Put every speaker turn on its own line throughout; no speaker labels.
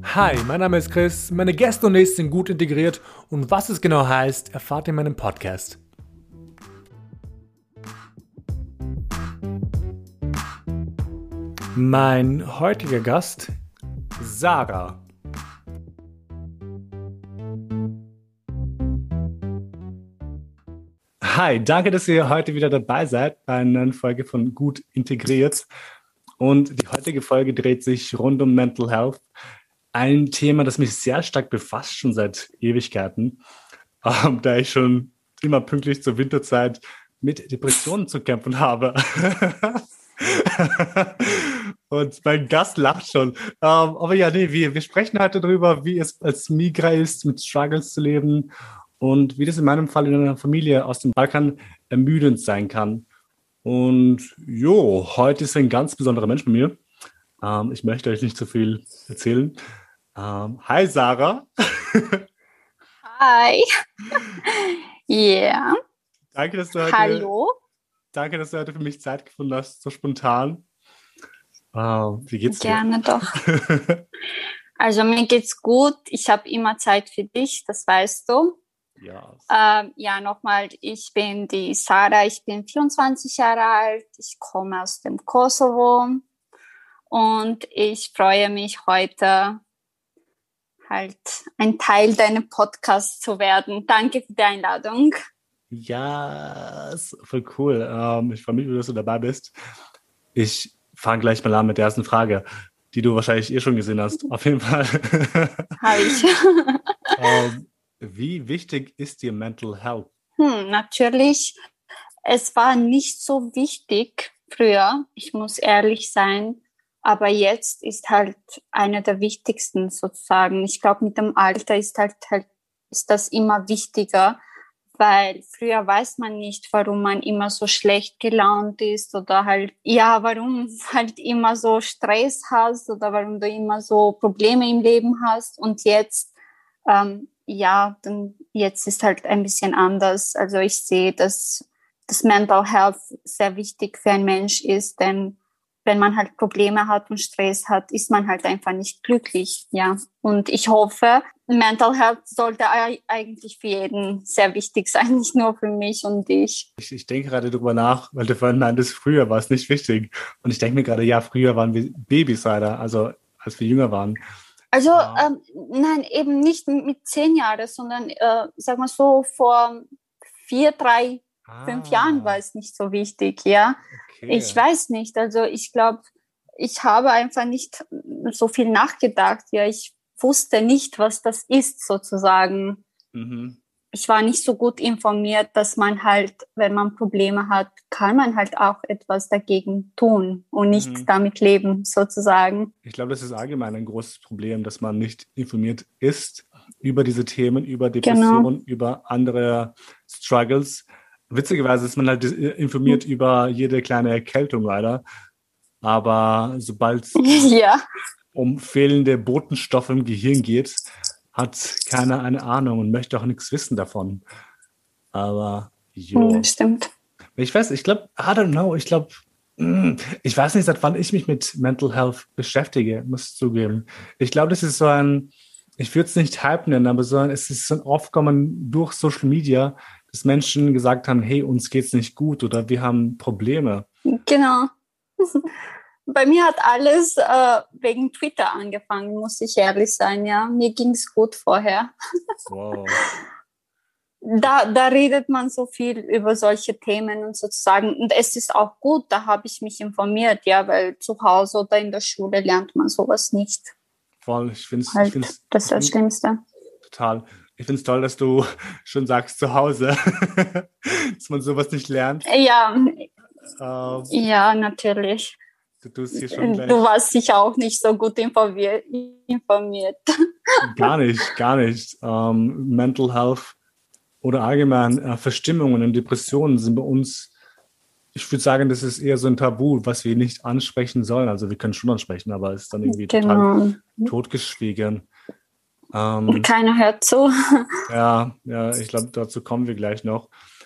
Hi, mein Name ist Chris, meine Gäste und ich sind gut integriert und was es genau heißt, erfahrt ihr in meinem Podcast. Mein heutiger Gast, Sarah. Hi, danke, dass ihr heute wieder dabei seid bei einer neuen Folge von Gut Integriert. Und die heutige Folge dreht sich rund um Mental Health. Ein Thema, das mich sehr stark befasst, schon seit Ewigkeiten, da ich schon immer pünktlich zur Winterzeit mit Depressionen zu kämpfen habe. Und mein Gast lacht schon. Aber ja, nee, wir sprechen heute darüber, wie es als Migra ist, mit Struggles zu leben und wie das in meinem Fall in einer Familie aus dem Balkan ermüdend sein kann. Und jo, heute ist ein ganz besonderer Mensch bei mir. Ich möchte euch nicht zu viel erzählen. Hi Sarah.
Hi. Ja.
Danke, dass du heute,
Hallo.
danke, dass du heute für mich Zeit gefunden hast, so spontan. Wie geht's dir?
Gerne doch. Also mir geht's gut. Ich habe immer Zeit für dich, das weißt du.
Ja.
Nochmal, ich bin die Sarah, ich bin 24 Jahre alt, ich komme aus dem Kosovo und ich freue mich heute halt ein Teil deines Podcasts zu werden. Danke für die Einladung.
Ja, ist voll cool. Ich freue mich, dass du dabei bist. Ich fange gleich mal an mit der ersten Frage, die du wahrscheinlich schon gesehen hast. Auf jeden Fall.
Habe ich.
Wie wichtig ist dir Mental Health?
Natürlich. Es war nicht so wichtig früher, ich muss ehrlich sein, aber jetzt ist halt einer der wichtigsten sozusagen. Ich glaube, mit dem Alter ist ist das immer wichtiger, weil früher weiß man nicht, warum man immer so schlecht gelaunt ist oder warum halt immer so Stress hast oder warum du immer so Probleme im Leben hast und jetzt jetzt ist halt ein bisschen anders. Also ich sehe, dass das Mental Health sehr wichtig für einen Mensch ist, denn wenn man halt Probleme hat und Stress hat, ist man halt einfach nicht glücklich, ja. Und ich hoffe, Mental Health sollte eigentlich für jeden sehr wichtig sein, nicht nur für mich und dich.
Ich denke gerade drüber nach, weil du vorhin meintest, früher war es nicht wichtig. Und ich denke mir gerade, ja, früher waren wir Babys leider, also als wir jünger waren.
Also nein, eben nicht mit 10 Jahren, sondern sag mal so vor 4, 3, 5 Jahren war es nicht so wichtig, ja.
Okay.
Ich weiß nicht, also ich glaube, ich habe einfach nicht so viel nachgedacht, ja. Ich wusste nicht, was das ist sozusagen.
Mhm.
Ich war nicht so gut informiert, dass man halt, wenn man Probleme hat, kann man halt auch etwas dagegen tun und nicht damit leben, sozusagen.
Ich glaube, das ist allgemein ein großes Problem, dass man nicht informiert ist über diese Themen, über Depressionen, über andere Struggles. Witzigerweise ist man halt informiert über jede kleine Erkältung leider. Aber sobald es um fehlende Botenstoffe im Gehirn geht, hat keiner eine Ahnung und möchte auch nichts wissen davon. Aber jo.
Stimmt.
Ich weiß, ich glaube, I don't know, ich weiß nicht, seit wann ich mich mit Mental Health beschäftige, muss ich zugeben. Ich glaube, das ist ich würde es nicht Hype nennen, aber es ist so ein Aufkommen durch Social Media, dass Menschen gesagt haben, hey, uns geht's nicht gut oder wir haben Probleme.
Genau. Bei mir hat alles wegen Twitter angefangen, muss ich ehrlich sein, ja. Mir ging's gut vorher.
Wow.
Da redet man so viel über solche Themen und sozusagen, und es ist auch gut, da habe ich mich informiert, ja, weil zu Hause oder in der Schule lernt man sowas nicht.
Voll, ich finde
das ist das Schlimmste.
Total. Ich finde es toll, dass du schon sagst, zu Hause, dass man sowas nicht lernt.
Ja, ja, natürlich.
Du tust hier schon gleich.
Du warst sicher auch nicht so gut informiert.
Gar nicht. Mental Health oder allgemein Verstimmungen und Depressionen sind bei uns, ich würde sagen, das ist eher so ein Tabu, was wir nicht ansprechen sollen. Also wir können schon ansprechen, aber es ist dann irgendwie total totgeschwiegen.
Keiner hört zu.
Ja, ich glaube, dazu kommen wir gleich noch.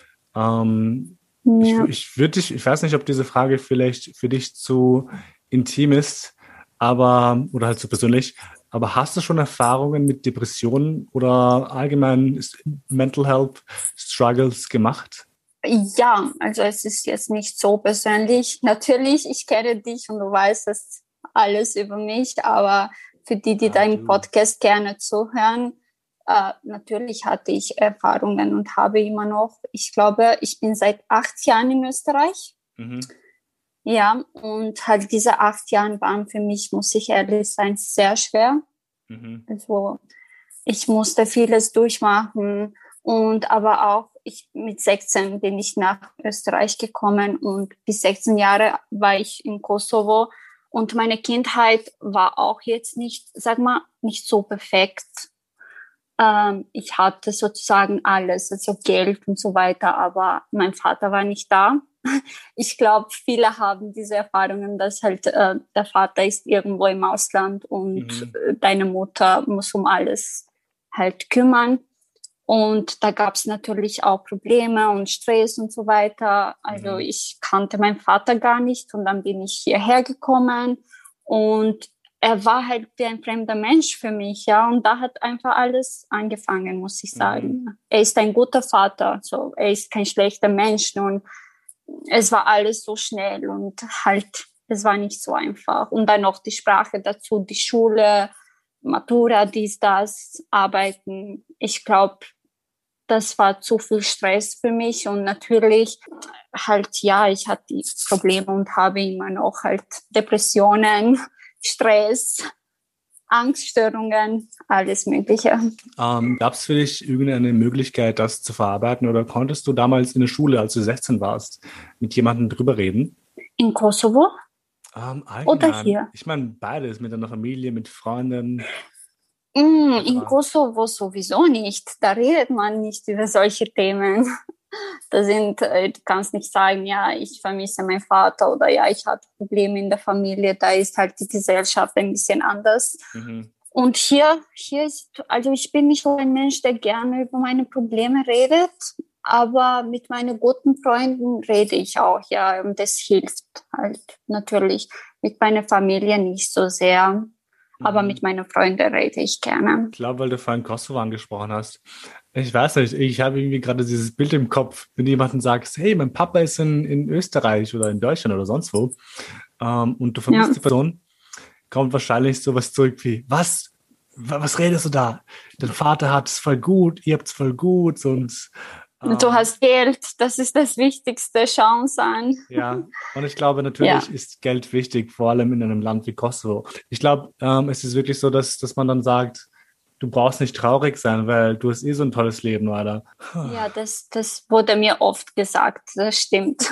Ich weiß nicht, ob diese Frage vielleicht für dich zu intim ist, oder halt zu persönlich, Aber hast du schon Erfahrungen mit Depressionen oder allgemein Mental Health Struggles gemacht?
Ja, also es ist jetzt nicht so persönlich. Natürlich, ich kenne dich und du weißt das alles über mich, aber für die, die deinen Podcast gerne zuhören, natürlich hatte ich Erfahrungen und habe immer noch. Ich glaube, ich bin seit 8 Jahren in Österreich.
Mhm.
Ja, und halt diese 8 Jahre waren für mich, muss ich ehrlich sein, sehr schwer.
Mhm.
Also ich musste vieles durchmachen und aber auch mit 16 bin ich nach Österreich gekommen und bis 16 Jahre war ich in Kosovo und meine Kindheit war auch jetzt nicht, sag mal, nicht so perfekt. Ich hatte sozusagen alles, also Geld und so weiter, aber mein Vater war nicht da. Ich glaube, viele haben diese Erfahrungen, dass halt der Vater ist irgendwo im Ausland und deine Mutter muss um alles halt kümmern. Und da gab es natürlich auch Probleme und Stress und so weiter. Also ich kannte meinen Vater gar nicht und dann bin ich hierher gekommen und er war halt wie ein fremder Mensch für mich, ja. Und da hat einfach alles angefangen, muss ich sagen. Er ist ein guter Vater, so er ist kein schlechter Mensch und es war alles so schnell und halt, es war nicht so einfach. Und dann noch die Sprache dazu, die Schule, Matura, dies, das, Arbeiten. Ich glaube, das war zu viel Stress für mich und natürlich halt, ja, ich hatte die Probleme und habe immer noch halt Depressionen, Stress, Angststörungen, alles Mögliche.
Gab es für dich irgendeine Möglichkeit, das zu verarbeiten oder konntest du damals in der Schule, als du 16 warst, mit jemandem drüber reden?
In Kosovo oder
Allgemein.
hier?
Ich meine, beides, mit deiner Familie, mit Freunden.
In Kosovo sowieso nicht. Da redet man nicht über solche Themen. Du kannst nicht sagen, ja, ich vermisse meinen Vater oder ja, ich hatte Probleme in der Familie. Da ist halt die Gesellschaft ein bisschen anders. Und hier also ich bin nicht so ein Mensch, der gerne über meine Probleme redet, aber mit meinen guten Freunden rede ich auch, ja, und das hilft halt natürlich. Mit meiner Familie nicht so sehr. Aber mit meinen Freunden rede ich gerne.
Ich glaube, weil du vorhin Kosovo angesprochen hast. Ich weiß nicht, ich habe irgendwie gerade dieses Bild im Kopf, wenn jemandem sagst, hey, mein Papa ist in Österreich oder in Deutschland oder sonst wo, und du vermisst die Person, kommt wahrscheinlich sowas zurück wie, was? Was redest du da? Dein Vater hat es voll gut, ihr habt es voll gut und
du hast Geld, das ist das Wichtigste, Chance an.
ja, und ich glaube, natürlich ist Geld wichtig, vor allem in einem Land wie Kosovo. Ich glaube, es ist wirklich so, dass man dann sagt, du brauchst nicht traurig sein, weil du hast so ein tolles Leben, oder?
Ja, das wurde mir oft gesagt, das stimmt.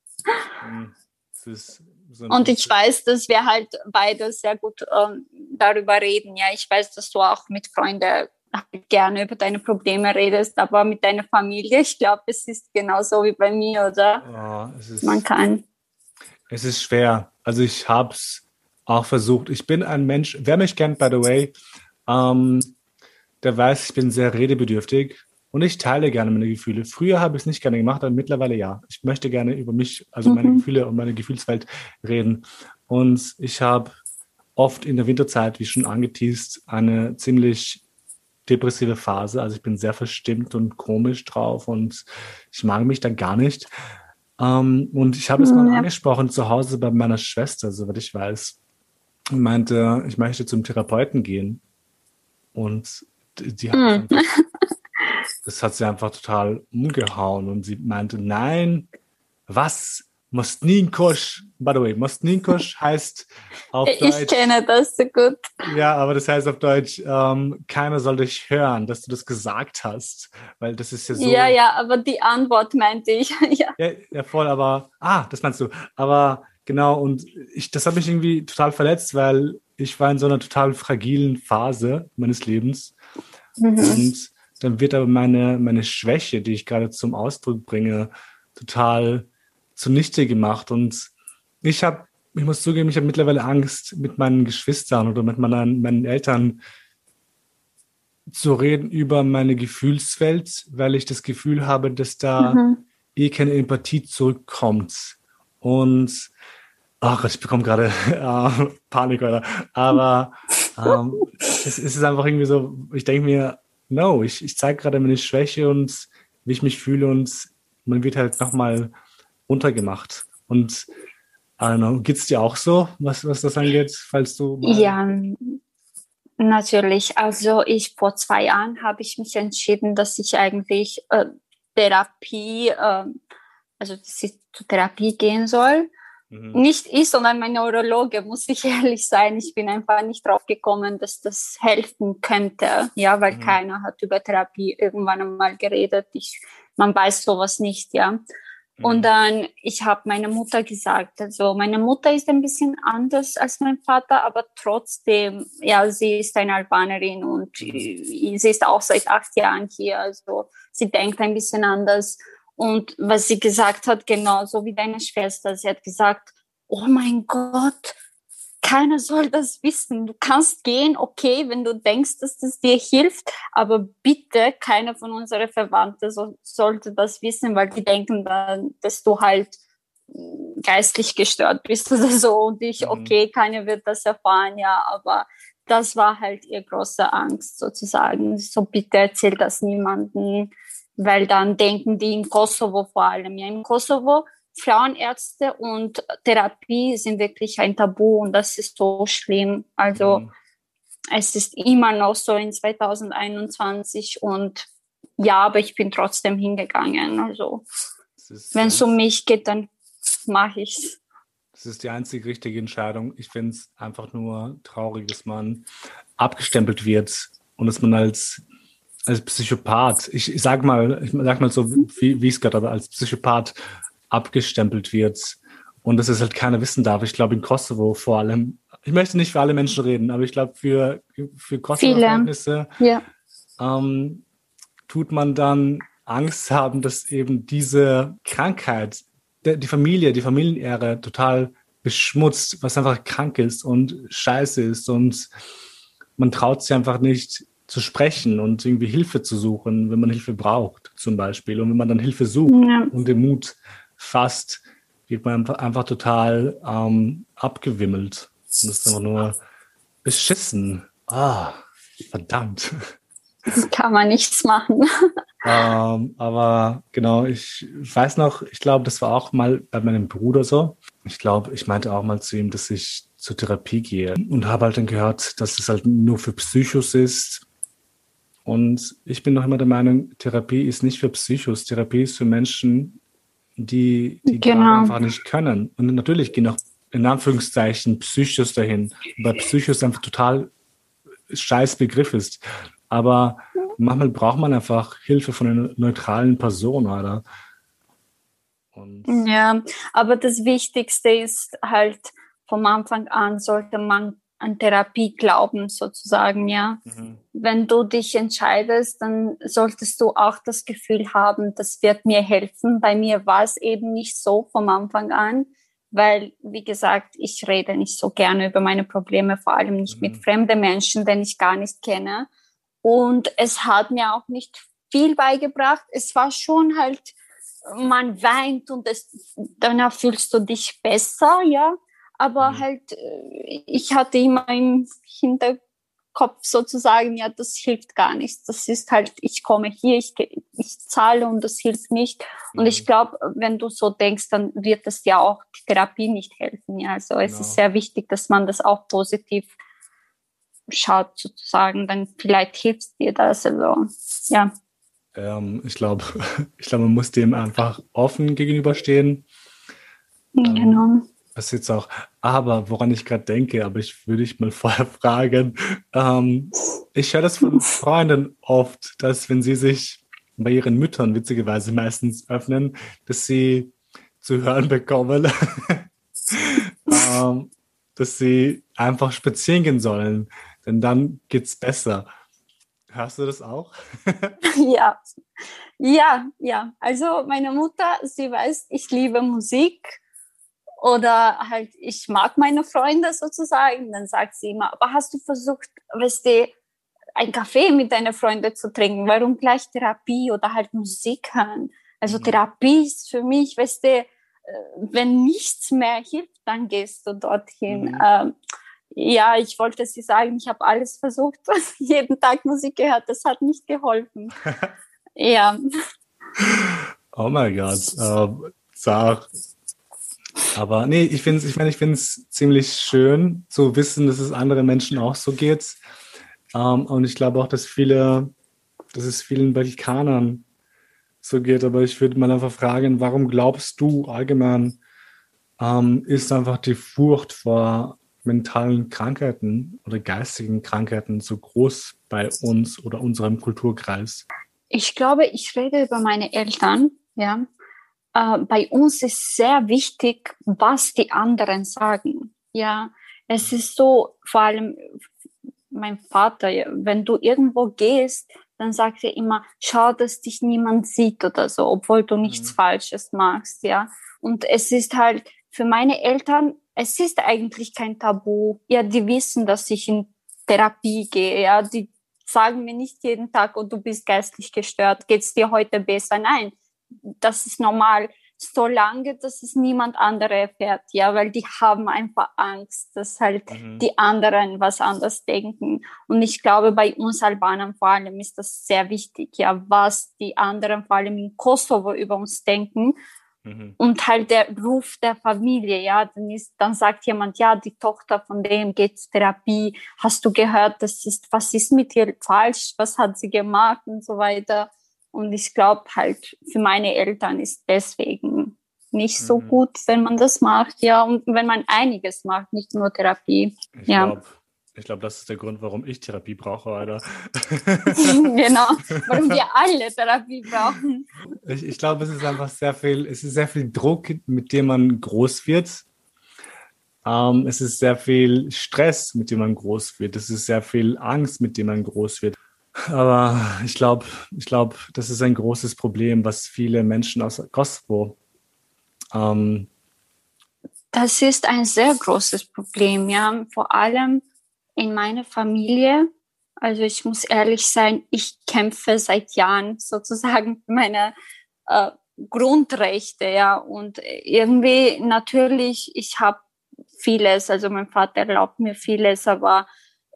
Das ist so
und ich weiß, dass wir halt beide sehr gut darüber reden. Ja, ich weiß, dass du auch mit Freunden gerne über deine Probleme redest, aber mit deiner Familie, ich glaube, es ist genauso wie bei mir, oder? Man kann.
Es ist schwer. Also ich habe es auch versucht. Ich bin ein Mensch, wer mich kennt, by the way, der weiß, ich bin sehr redebedürftig und ich teile gerne meine Gefühle. Früher habe ich es nicht gerne gemacht, aber mittlerweile ja. Ich möchte gerne über mich, also meine Gefühle und meine Gefühlswelt reden. Und ich habe oft in der Winterzeit, wie schon angeteast, eine ziemlich depressive Phase. Also ich bin sehr verstimmt und komisch drauf und ich mag mich dann gar nicht. Und ich habe es mal angesprochen zu Hause bei meiner Schwester, soweit ich weiß, und meinte, ich möchte zum Therapeuten gehen. Und die hat einfach, das hat sie einfach total umgehauen und sie meinte, nein, was? Mostninkosch, by the way, Mostninkosch heißt auf Deutsch.
Ich kenne das so gut.
Ja, aber das heißt auf Deutsch, keiner soll dich hören, dass du das gesagt hast, weil das ist ja so.
Ja, aber die Antwort meinte ich,
Ja, voll, aber, das meinst du. Aber genau, und das hat mich irgendwie total verletzt, weil ich war in so einer total fragilen Phase meines Lebens. Und dann wird aber meine Schwäche, die ich gerade zum Ausdruck bringe, total zunichte gemacht. Und ich muss zugeben, ich habe mittlerweile Angst, mit meinen Geschwistern oder mit meinen Eltern zu reden über meine Gefühlswelt, weil ich das Gefühl habe, dass da keine Empathie zurückkommt. Und ich bekomme gerade Panik, oder? Aber Es ist einfach irgendwie so, ich denke mir, no, ich zeige gerade meine Schwäche und wie ich mich fühle und man wird halt nochmal runtergemacht. Und I don't know, geht's dir auch so, was das angeht, falls du mal...
Ja, natürlich. Also vor 2 Jahren habe ich mich entschieden, dass ich eigentlich Therapie, also dass ich zur Therapie gehen soll.
Mhm.
Nicht ich, sondern mein Neurologe, muss ich ehrlich sein. Ich bin einfach nicht drauf gekommen, dass das helfen könnte. Ja, weil
Mhm.
keiner hat über Therapie irgendwann einmal geredet. Man weiß sowas nicht, ja. Und
Mhm.
dann, ich habe meiner Mutter gesagt, also meine Mutter ist ein bisschen anders als mein Vater, aber trotzdem, ja, sie ist eine Albanerin und
Mhm.
sie ist auch seit 8 Jahren hier, also sie denkt ein bisschen anders. Und was sie gesagt hat, genauso wie deine Schwester, sie hat gesagt, oh mein Gott, keiner soll das wissen. Du kannst gehen, okay, wenn du denkst, dass das dir hilft, aber bitte, keiner von unseren Verwandten sollte das wissen, weil die denken dann, dass du halt geistlich gestört bist oder so und ich,
Mhm.
okay, keiner wird das erfahren, ja, aber das war halt ihr große Angst sozusagen. So, bitte erzähl das niemandem, weil dann denken die in Kosovo vor allem, ja, im Kosovo Frauenärzte und Therapie sind wirklich ein Tabu und das ist so schlimm. Also
Mhm.
es ist immer noch so in 2021 und ja, aber ich bin trotzdem hingegangen. Also
Das ist
wenn
die
es um
einz
mich geht, dann mache ich's.
Das ist die einzig richtige Entscheidung. Ich finde es einfach nur traurig, dass man abgestempelt wird und dass man als Psychopath, ich sag mal so, wie ich es gerade, aber als Psychopath abgestempelt wird und dass es halt keiner wissen darf. Ich glaube, in Kosovo vor allem, ich möchte nicht für alle Menschen reden, aber ich glaube, für
Viele,
Kosovo-Verhältnisse
ja.
ähm, tut man dann Angst haben, dass eben diese Krankheit, die Familienehre total beschmutzt, was einfach krank ist und scheiße ist und man traut sich einfach nicht zu sprechen und irgendwie Hilfe zu suchen, wenn man Hilfe braucht, zum Beispiel. Und wenn man dann Hilfe sucht
Ja.
und den Mut fasst, wird man einfach total abgewimmelt. Und das ist einfach nur beschissen. Ah, verdammt.
Kann man nichts machen.
Aber genau, ich weiß noch, ich glaube, das war auch mal bei meinem Bruder so. Ich glaube, ich meinte auch mal zu ihm, dass ich zur Therapie gehe und habe halt dann gehört, dass es halt nur für Psychos ist. Und ich bin noch immer der Meinung, Therapie ist nicht für Psychos. Therapie ist für Menschen, die gerade
Genau.
einfach nicht können. Und natürlich gehen auch in Anführungszeichen Psychos dahin, weil Psychos einfach total scheiß Begriff ist. Aber manchmal braucht man einfach Hilfe von einer neutralen Person, oder? Und
Ja, aber das Wichtigste ist halt, vom Anfang an sollte man an Therapie glauben, sozusagen, ja.
mhm.
Wenn du dich entscheidest, dann solltest du auch das Gefühl haben, das wird mir helfen. Bei mir war es eben nicht so vom Anfang an, weil, wie gesagt, ich rede nicht so gerne über meine Probleme, vor allem nicht mit
Mhm.
fremden Menschen, den ich gar nicht kenne. Und es hat mir auch nicht viel beigebracht. Es war schon halt, man weint und danach fühlst du dich besser, ja. Aber
Mhm.
halt, ich hatte immer im Hinterkopf sozusagen, ja, das hilft gar nichts. Das ist halt, ich komme hier, ich zahle und das hilft nicht. Und ich
Mhm.
glaube, wenn du so denkst, dann wird das ja auch die Therapie nicht helfen. Ja, also es ist
Genau.
sehr wichtig, dass man das auch positiv schaut, sozusagen. Dann vielleicht hilft dir das. Also, ja.
Ich glaube, ich glaube, man muss dem einfach offen gegenüberstehen. Dann
Genau.
passiert es auch. Aber woran ich gerade denke, aber ich würde dich mal vorher fragen, ich höre das von Freunden oft, dass wenn sie sich bei ihren Müttern witzigerweise meistens öffnen, dass sie zu hören bekommen, ähm, dass sie einfach spazieren gehen sollen, denn dann geht's besser. Hörst du das auch?
Ja, ja, ja. Also meine Mutter, sie weiß, ich liebe Musik oder halt, ich mag meine Freunde sozusagen. Dann sagt sie immer, aber hast du versucht, weißt du, einen Kaffee mit deinen Freunden zu trinken? Warum gleich Therapie oder halt Musik hören? Also
Mhm.
Therapie ist für mich, weißt du, wenn nichts mehr hilft, dann gehst du dorthin.
Mhm.
ja, ich wollte sie sagen, ich habe alles versucht, jeden Tag Musik gehört, das hat nicht geholfen. Ja.
Oh mein Gott, sag. Aber nee, ich finde es ziemlich schön zu wissen, dass es anderen Menschen auch so geht. Und ich glaube auch, dass es vielen Balkanern so geht. Aber ich würde mal einfach fragen, warum glaubst du allgemein, ist einfach die Furcht vor mentalen Krankheiten oder geistigen Krankheiten so groß bei uns oder unserem Kulturkreis?
Ich glaube, ich rede über meine Eltern, ja. Bei uns ist sehr wichtig, was die anderen sagen. Ja, es ist so, vor allem mein Vater, ja, wenn du irgendwo gehst, dann sagt er immer, schau, dass dich niemand sieht oder so, obwohl du nichts Falsches machst, ja. Und es ist halt für meine Eltern, es ist eigentlich kein Tabu. Ja, die wissen, dass ich in Therapie gehe, ja. Die sagen mir nicht jeden Tag, oh, du bist geistlich gestört, geht's dir heute besser? Nein, das ist normal, solange dass es niemand andere erfährt, ja, weil die haben einfach Angst, dass halt die anderen was anders denken. Und ich glaube, bei uns Albanern vor allem ist das sehr wichtig, ja, was die anderen vor allem in Kosovo über uns denken. Und halt der Ruf der Familie, ja, dann sagt jemand, ja, die Tochter von dem geht zur Therapie, hast du gehört, was ist mit ihr falsch, was hat sie gemacht und so weiter. Und ich glaube halt, für meine Eltern ist deswegen nicht so gut, wenn man das macht, ja, und wenn man einiges macht, nicht nur Therapie.
Ich glaube, das ist der Grund, warum ich Therapie brauche, Alter.
Genau, warum wir alle Therapie brauchen.
Ich glaube, es ist sehr viel Druck, mit dem man groß wird. Es ist sehr viel Stress, mit dem man groß wird. Es ist sehr viel Angst, mit dem man groß wird. Aber ich glaube, das ist ein großes Problem, was viele Menschen aus Kosovo.
Das ist ein sehr großes Problem, ja. Vor allem in meiner Familie. Also ich muss ehrlich sein, ich kämpfe seit Jahren sozusagen für meine Grundrechte, ja. Und irgendwie natürlich, ich habe vieles, also mein Vater erlaubt mir vieles, aber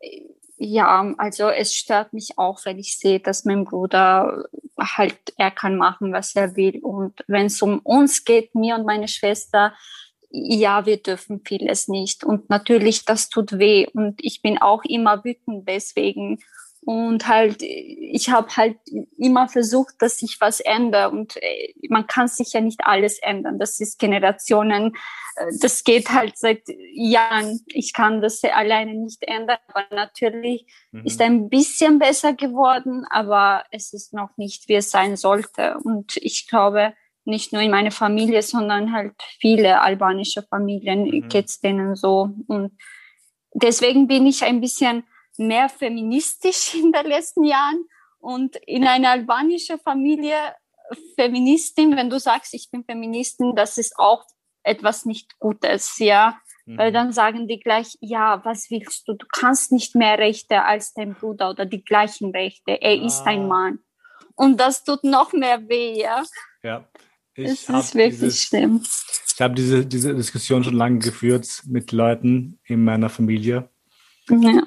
ja, also es stört mich auch, wenn ich sehe, dass mein Bruder halt, er kann machen, was er will. Und wenn es um uns geht, mir und meine Schwester, ja, wir dürfen vieles nicht. Und natürlich, das tut weh. Und ich bin auch immer wütend deswegen. Und halt, ich habe halt immer versucht, dass sich was ändert. Und man kann sich ja nicht alles ändern. Das ist Generationen. Das geht halt seit Jahren. Ich kann das alleine nicht ändern. Aber natürlich ist ein bisschen besser geworden. Aber es ist noch nicht, wie es sein sollte. Und ich glaube, nicht nur in meiner Familie, sondern halt viele albanische Familien geht's denen so. Und deswegen bin ich ein bisschen mehr feministisch in den letzten Jahren. Und in einer albanischen Familie, Feministin, wenn du sagst, ich bin Feministin, das ist auch etwas nicht Gutes, ja. Weil dann sagen die gleich, ja, was willst du? Du kannst nicht mehr Rechte als dein Bruder oder die gleichen Rechte. Er ist ein Mann. Und das tut noch mehr weh, ja.
Ja.
Es ist wirklich schlimm.
Ich habe diese Diskussion schon lange geführt mit Leuten in meiner Familie.
Ja.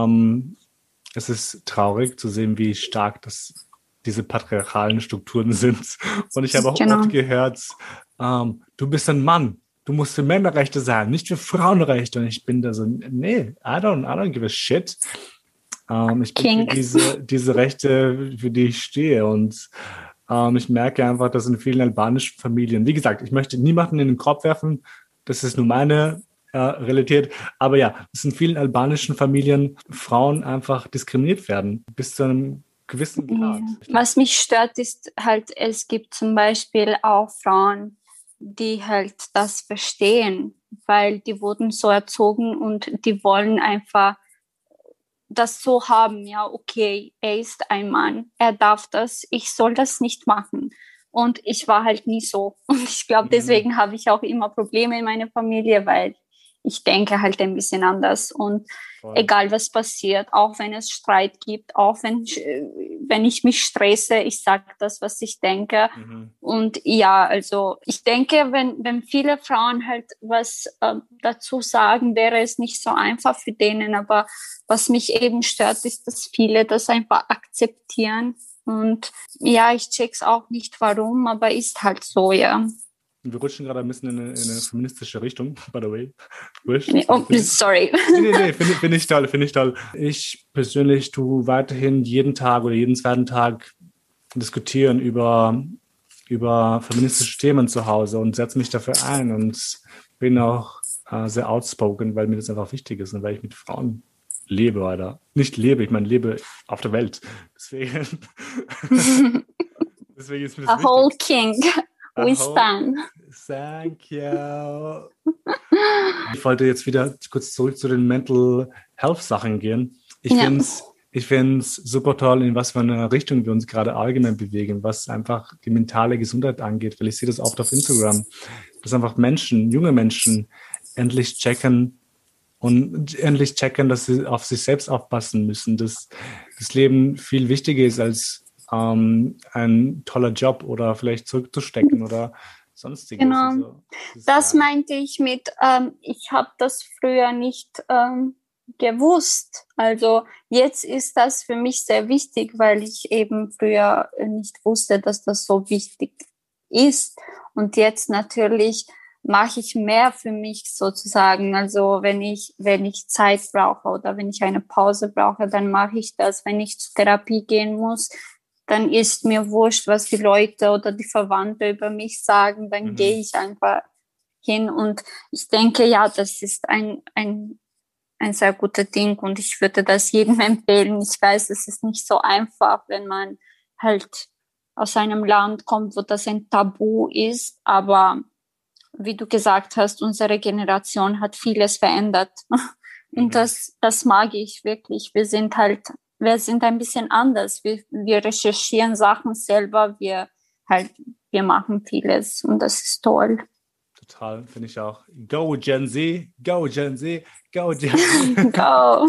Es ist traurig zu sehen, wie stark diese patriarchalen Strukturen sind. Und ich habe auch oft gehört, du bist ein Mann, du musst für Männerrechte sein, nicht für Frauenrechte. Und ich bin da so, nee, I don't give a shit. Ich bin für diese Rechte, für die ich stehe. Und ich merke einfach, dass in vielen albanischen Familien, wie gesagt, ich möchte niemanden in den Korb werfen, das ist nur meine Realität, aber ja, dass in vielen albanischen Familien Frauen einfach diskriminiert werden, bis zu einem gewissen Grad.
Ja. Was mich stört, ist halt, es gibt zum Beispiel auch Frauen, die halt das verstehen, weil die wurden so erzogen und die wollen einfach das so haben, ja, okay, er ist ein Mann, er darf das, ich soll das nicht machen. Und ich war halt nie so. Und ich glaube, deswegen habe ich auch immer Probleme in meiner Familie, weil ich denke halt ein bisschen anders und
Voll.
egal was passiert, auch wenn es Streit gibt, auch wenn ich mich stresse, ich sage das, was ich denke. Und ja, also ich denke, wenn viele Frauen halt was dazu sagen, wäre es nicht so einfach für denen. Aber was mich eben stört, ist, dass viele das einfach akzeptieren. Und ja, ich check's auch nicht, warum, aber ist halt so, ja.
Wir rutschen gerade ein bisschen in eine feministische Richtung, by the way.
Oh, sorry.
Nee, finde ich toll. Ich persönlich tue weiterhin jeden Tag oder jeden zweiten Tag diskutieren über feministische Themen zu Hause und setze mich dafür ein und bin auch sehr outspoken, weil mir das einfach wichtig ist und weil ich mit Frauen lebe, oder nicht lebe, ich meine lebe auf der Welt. Deswegen ist mir das wichtig.
A whole king. We stand.
Thank you. Ich wollte jetzt wieder kurz zurück zu den Mental Health Sachen gehen. Ich finde es super toll, in was für eine Richtung wir uns gerade allgemein bewegen, was einfach die mentale Gesundheit angeht, weil ich sehe das oft auf Instagram, dass einfach junge Menschen endlich checken, dass sie auf sich selbst aufpassen müssen, dass das Leben viel wichtiger ist als ein toller Job oder vielleicht zurückzustecken oder sonstiges.
Genau,
also,
das meinte ich mit, ich habe das früher nicht gewusst. Also jetzt ist das für mich sehr wichtig, weil ich eben früher nicht wusste, dass das so wichtig ist. Und jetzt natürlich mache ich mehr für mich sozusagen. Also wenn ich Zeit brauche oder wenn ich eine Pause brauche, dann mache ich das. Wenn ich zur Therapie gehen muss, dann ist mir wurscht, was die Leute oder die Verwandten über mich sagen, dann gehe ich einfach hin. Und ich denke, ja, das ist ein sehr guter Ding und ich würde das jedem empfehlen. Ich weiß, es ist nicht so einfach, wenn man halt aus einem Land kommt, wo das ein Tabu ist, aber wie du gesagt hast, unsere Generation hat vieles verändert. Und das mag ich wirklich. Wir sind ein bisschen anders. Wir recherchieren Sachen selber, wir machen vieles und das ist toll.
Total, finde ich auch. Go Gen Z, go Gen Z, go Gen Z.
Go.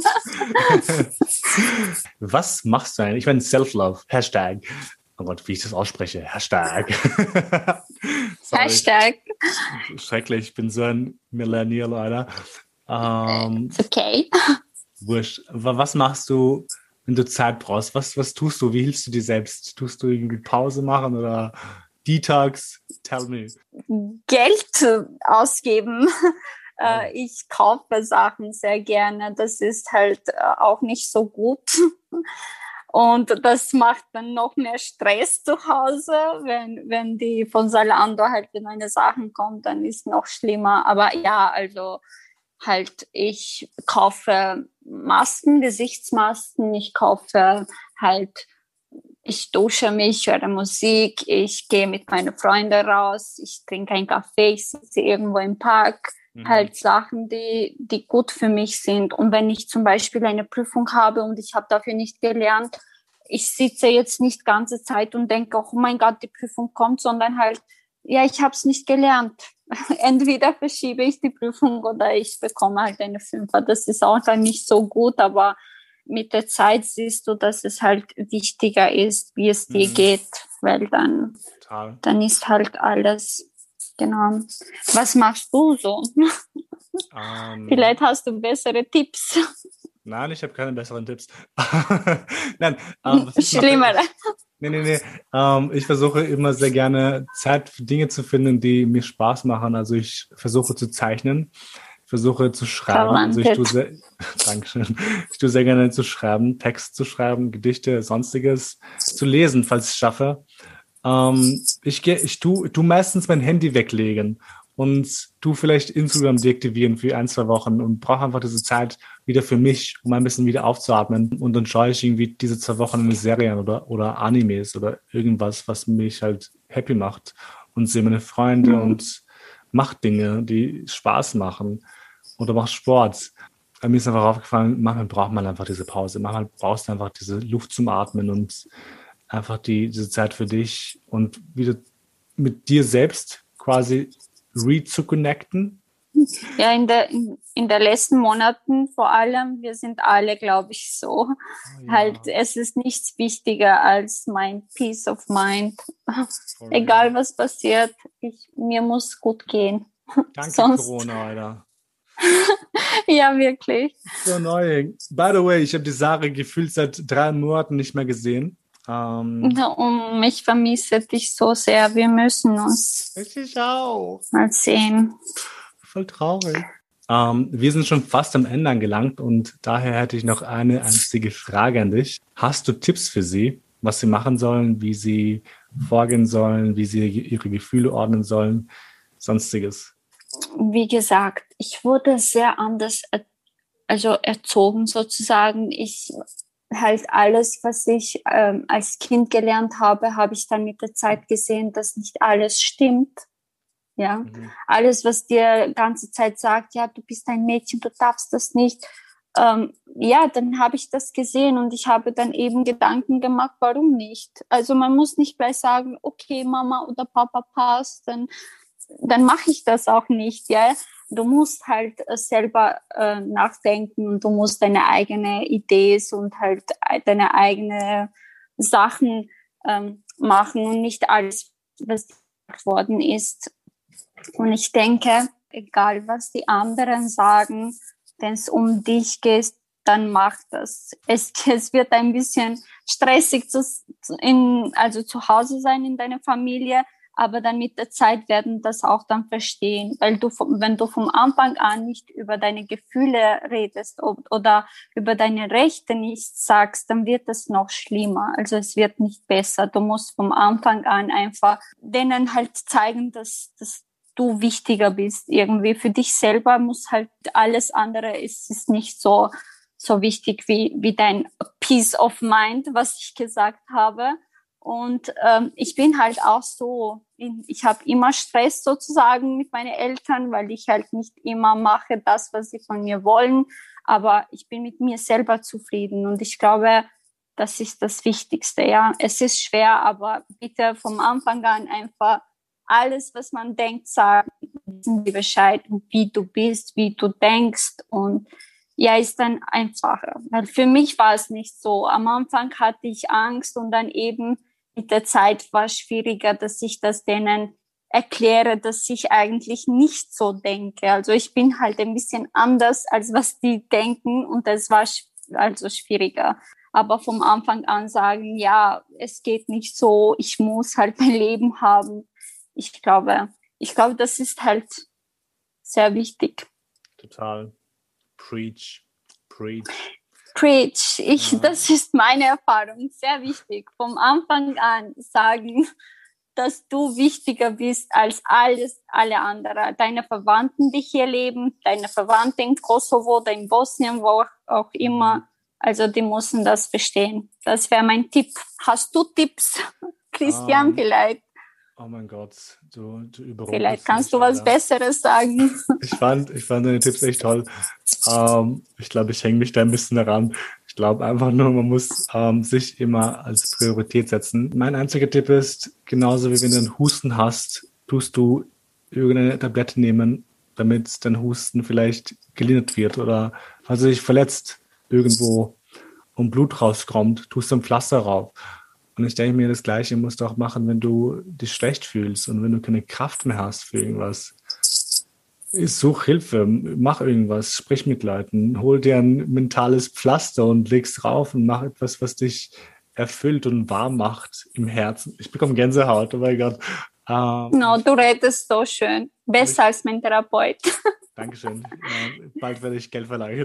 Was machst du eigentlich? Ich meine Self-Love, Hashtag. Oh Gott, wie ich das ausspreche. Hashtag.
Hashtag.
Schrecklich, ich bin so ein Millennial, Alter.
It's okay.
Wurscht. Was machst du, wenn du Zeit brauchst? Was tust du? Wie hilfst du dir selbst? Tust du irgendwie Pause machen oder Detox? Tell me.
Geld ausgeben. Ich kaufe Sachen sehr gerne. Das ist halt auch nicht so gut. Und das macht dann noch mehr Stress zu Hause, wenn die von Zalando halt in meine Sachen kommen, dann ist es noch schlimmer. Aber ja, also halt, ich kaufe Masken, Gesichtsmasken, ich dusche mich, höre Musik, ich gehe mit meinen Freunden raus, ich trinke einen Kaffee, ich sitze irgendwo im Park. Halt Sachen, die gut für mich sind. Und wenn ich zum Beispiel eine Prüfung habe und ich habe dafür nicht gelernt, ich sitze jetzt nicht die ganze Zeit und denke, oh mein Gott, die Prüfung kommt, sondern halt, ja, ich habe es nicht gelernt. Entweder verschiebe ich die Prüfung oder ich bekomme halt eine 5. Das ist auch dann nicht so gut, aber mit der Zeit siehst du, dass es halt wichtiger ist, wie es dir geht, weil dann ist halt alles. Genau. Was machst du so? Vielleicht hast du bessere Tipps.
Nein, ich habe keine besseren Tipps.
Nein, schlimmere.
Nee. Ich versuche immer sehr gerne Zeit für Dinge zu finden, die mir Spaß machen. Also ich versuche zu zeichnen, ich versuche zu schreiben. Also Dankeschön. Ich tue sehr gerne zu schreiben, Text zu schreiben, Gedichte, sonstiges zu lesen, falls ich es schaffe. Ich tu meistens mein Handy weglegen und tu vielleicht Instagram deaktivieren für 1-2 Wochen und brauche einfach diese Zeit wieder für mich, um ein bisschen wieder aufzuatmen. Und dann schaue ich irgendwie diese 2 Wochen eine Serie oder Animes oder irgendwas, was mich halt happy macht und sehe meine Freunde und mache Dinge, die Spaß machen oder mache Sport. Mir ist einfach aufgefallen, manchmal braucht man einfach diese Pause. Manchmal brauchst du einfach diese Luft zum Atmen und einfach diese Zeit für dich und wieder mit dir selbst quasi zu connecten
Ja, in der letzten Monaten vor allem, wir sind alle, glaube ich, so.
Oh, ja.
Halt, es ist nichts wichtiger als mein Peace of Mind.
For
Egal,
real.
was passiert, mir muss gut gehen.
Danke,
Sonst,
Corona, Alter.
ja, wirklich.
So annoying. By the way, ich habe die Sarah gefühlt seit 3 Monaten nicht mehr gesehen.
Und ich vermisse dich so sehr. Wir müssen uns
Ich auch.
mal sehen.
Voll traurig. Wir sind schon fast am Ende angelangt und daher hätte ich noch eine einzige Frage an dich. Hast du Tipps für sie, was sie machen sollen, wie sie vorgehen sollen, wie sie ihre Gefühle ordnen sollen, sonstiges?
Wie gesagt, ich wurde sehr anders erzogen sozusagen. Ich halt alles, was ich als Kind gelernt habe, habe ich dann mit der Zeit gesehen, dass nicht alles stimmt. Ja, alles, was dir die ganze Zeit sagt, ja, du bist ein Mädchen, du darfst das nicht. Ja, dann habe ich das gesehen und ich habe dann eben Gedanken gemacht, warum nicht? Also man muss nicht gleich sagen, okay, Mama oder Papa passt, dann mache ich das auch nicht, ja. Du musst halt selber nachdenken und du musst deine eigene Ideen und halt deine eigene Sachen machen und nicht alles, was gesagt worden ist. Und ich denke, egal was die anderen sagen, wenn es um dich geht, dann mach das. Es wird ein bisschen stressig also zu Hause sein in deiner Familie, aber dann mit der Zeit werden das auch dann verstehen, weil wenn du vom Anfang an nicht über deine Gefühle redest oder über deine Rechte nichts sagst, dann wird es noch schlimmer. Also es wird nicht besser. Du musst vom Anfang an einfach denen halt zeigen, dass du wichtiger bist. Irgendwie für dich selber muss halt alles andere ist nicht so wichtig wie dein Peace of Mind, was ich gesagt habe. Und ich bin halt auch so, ich habe immer Stress sozusagen mit meinen Eltern, weil ich halt nicht immer mache das, was sie von mir wollen. Aber ich bin mit mir selber zufrieden und ich glaube, das ist das Wichtigste. Ja, es ist schwer, aber bitte vom Anfang an einfach alles, was man denkt, sagen, wissen die Bescheid, wie du bist, wie du denkst und ja, ist dann einfacher. Weil für mich war es nicht so. Am Anfang hatte ich Angst und dann eben mit der Zeit war es schwieriger, dass ich das denen erkläre, dass ich eigentlich nicht so denke. Also ich bin halt ein bisschen anders, als was die denken und das war also schwieriger. Aber vom Anfang an sagen, ja, es geht nicht so, ich muss halt mein Leben haben. Ich glaube, das ist halt sehr wichtig.
Total. Preach.
Preach.
Ja.
Das ist meine Erfahrung. Sehr wichtig. Vom Anfang an sagen, dass du wichtiger bist als alle anderen. Deine Verwandten, die hier leben, deine Verwandten im Kosovo oder in Bosnien, wo auch immer. Also die müssen das verstehen. Das wäre mein Tipp. Hast du Tipps, Christian, vielleicht?
Oh mein Gott, du überrumpelst
Vielleicht kannst du
mich,
was Besseres sagen.
Ich fand deine Tipps echt toll. Ich glaube, ich hänge mich da ein bisschen daran. Ich glaube einfach nur, man muss sich immer als Priorität setzen. Mein einziger Tipp ist, genauso wie wenn du einen Husten hast, tust du irgendeine Tablette nehmen, damit dein Husten vielleicht gelindert wird. Oder falls du dich verletzt irgendwo und Blut rauskommt, tust du ein Pflaster rauf. Und ich denke mir, das Gleiche musst du auch machen, wenn du dich schlecht fühlst und wenn du keine Kraft mehr hast für irgendwas. Such Hilfe, mach irgendwas, sprich mit Leuten, hol dir ein mentales Pflaster und leg's drauf und mach etwas, was dich erfüllt und warm macht im Herzen. Ich bekomme Gänsehaut, oh mein Gott.
No, du redest so schön. Besser als mein Therapeut.
Dankeschön. Bald werde ich Geld verleihen.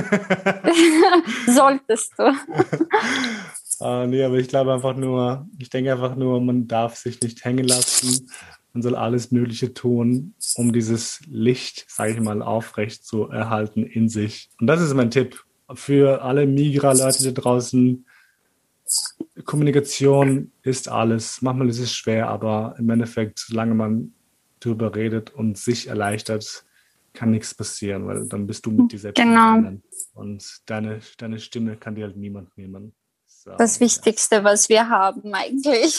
Solltest du.
Nee, aber ich denke einfach nur, man darf sich nicht hängen lassen. Man soll alles Mögliche tun, um dieses Licht, sage ich mal, aufrecht zu erhalten in sich. Und das ist mein Tipp für alle Migra-Leute da draußen. Kommunikation ist alles. Manchmal ist es schwer, aber im Endeffekt, solange man darüber redet und sich erleichtert, kann nichts passieren, weil dann bist du mit dir selbst im Reinen. Und deine Stimme kann dir halt niemand nehmen. So,
das Wichtigste, was wir haben eigentlich.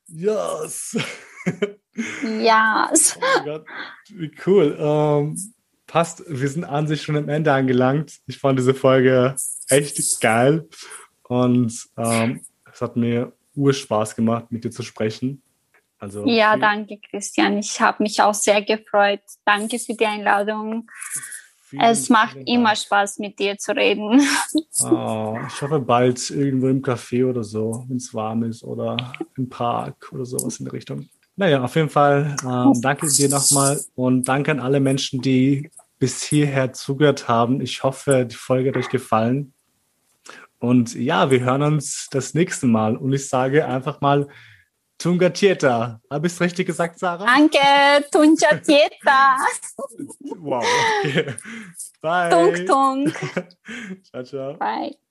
Yes!
Yes.
Oh mein Gott, wie cool. passt. Wir sind an sich schon am Ende angelangt. Ich fand diese Folge echt geil und es hat mir Urspaß gemacht, mit dir zu sprechen. Also
ja, danke, Christian. Ich habe mich auch sehr gefreut. Danke für die Einladung. Es macht immer Spaß, mit dir zu reden.
Oh, ich hoffe bald irgendwo im Café oder so, wenn es warm ist oder im Park oder sowas in der Richtung. Naja, auf jeden Fall danke dir nochmal und danke an alle Menschen, die bis hierher zugehört haben. Ich hoffe, die Folge hat euch gefallen. Und ja, wir hören uns das nächste Mal. Und ich sage einfach mal Tunga Tieta. Habe ich es richtig gesagt, Sarah?
Danke, Tunga Tieta.
Wow, okay. Bye.
Tunk, tunk.
Ciao, ciao.
Bye.